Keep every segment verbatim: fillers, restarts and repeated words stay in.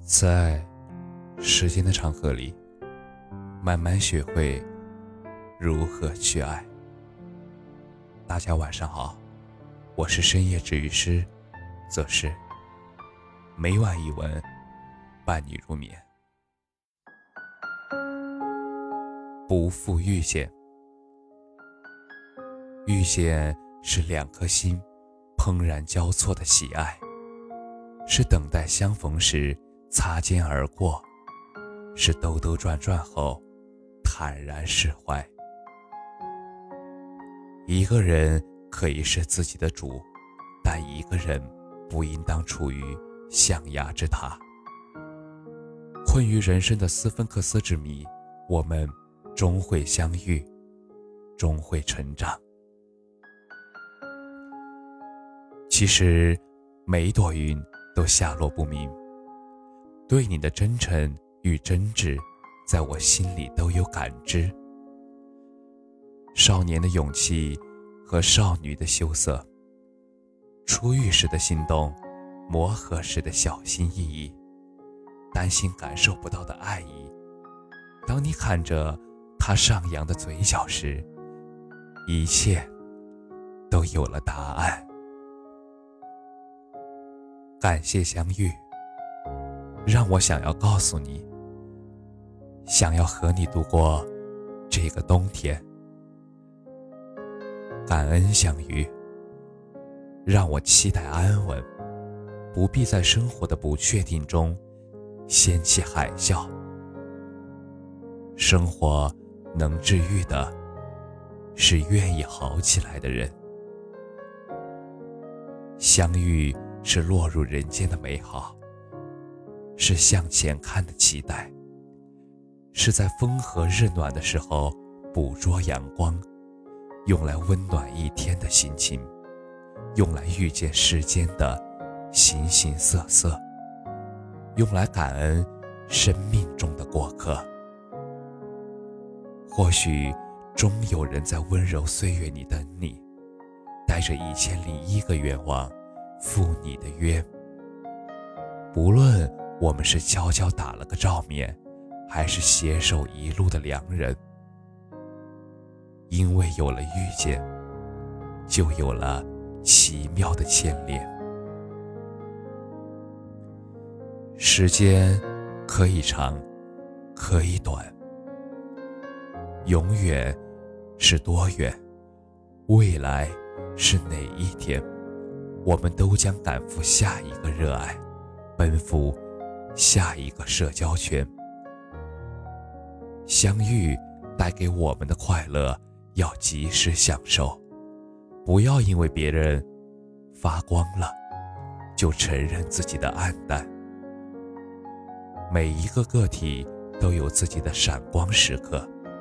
在时间的长河里，慢慢学会如何去爱。大家晚上好，我是深夜治愈师则是每晚一文伴你入眠。不负遇见，遇见是两颗心怦然交错的喜爱，是等待相逢时擦肩而过，是兜兜转转后坦然释怀。一个人可以是自己的主，但一个人不应当处于象牙之塔。困于人生的斯芬克斯之谜，我们终会相遇，终会成长。其实每一朵云都下落不明，对你的真诚与真挚，在我心里都有感知。少年的勇气和少女的羞涩，初遇时的心动，磨合时的小心翼翼，担心感受不到的爱意。当你看着他上扬的嘴角时，一切都有了答案。感谢相遇，让我想要告诉你，想要和你度过这个冬天。感恩相遇，让我期待安稳，不必在生活的不确定中掀起海啸。生活能治愈的，是愿意好起来的人。相遇是落入人间的美好，是向前看的期待，是在风和日暖的时候捕捉阳光，用来温暖一天的心情，用来遇见世间的形形色色，用来感恩生命中的过客。或许终有人在温柔岁月里等你，带着一千零一个愿望赴你的约。不论我们是悄悄打了个照面，还是携手一路的良人，因为有了遇见，就有了奇妙的牵连。时间可以长，可以短，永远是多远，未来是哪一天，我们都将赶赴下一个热爱，奔赴下一个社交圈。相遇带给我们的快乐要及时享受，不要因为别人发光了就承认自己的暗淡。每一个个体都有自己的闪光时刻，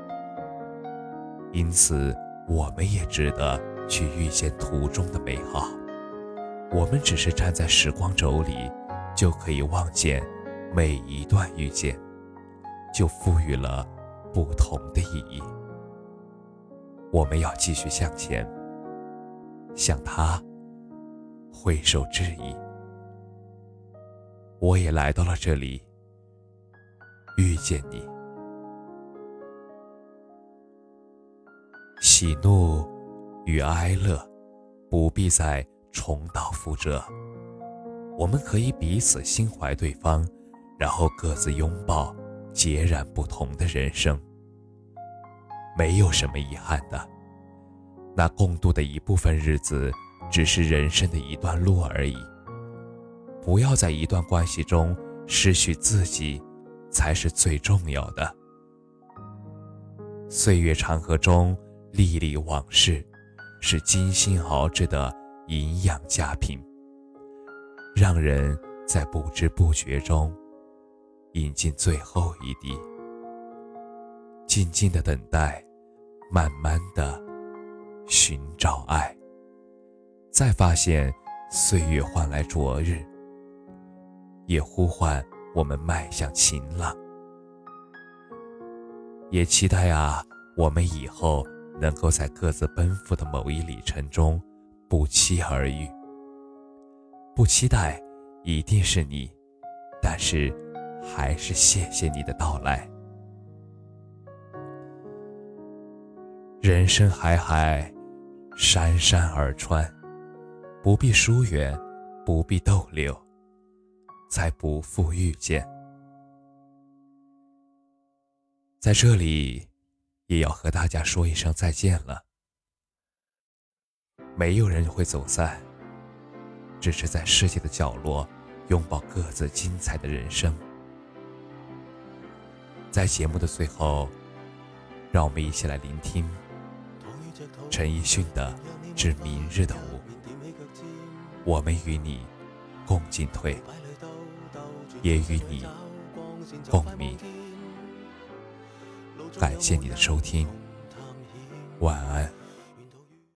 因此我们也值得去遇见途中的美好。我们只是站在时光轴里，就可以望见每一段遇见，就赋予了不同的意义。我们要继续向前，向他挥手致意。我也来到了这里，遇见你。喜怒与哀乐不必再重蹈覆辙，我们可以彼此心怀对方，然后各自拥抱截然不同的人生。没有什么遗憾的，那共度的一部分日子只是人生的一段路而已。不要在一段关系中失去自己，才是最重要的。岁月长河中历历往事，是精心熬制的营养佳品，让人在不知不觉中饮尽最后一滴，静静的等待，慢慢的寻找爱，再发现岁月换来昨日，也呼唤我们迈向晴朗。也期待啊，我们以后能够在各自奔赴的某一里程中不期而遇。不期待一定是你，但是还是谢谢你的到来。人生海海，山山而川，不必疏远，不必逗留，再不负遇见。在这里也要和大家说一声再见了。没有人会走散，只是在世界的角落拥抱各自精彩的人生。在节目的最后，让我们一起来聆听陈奕迅的《致明日的我》，我们与你共进退，也与你共鸣。感谢你的收听，晚安。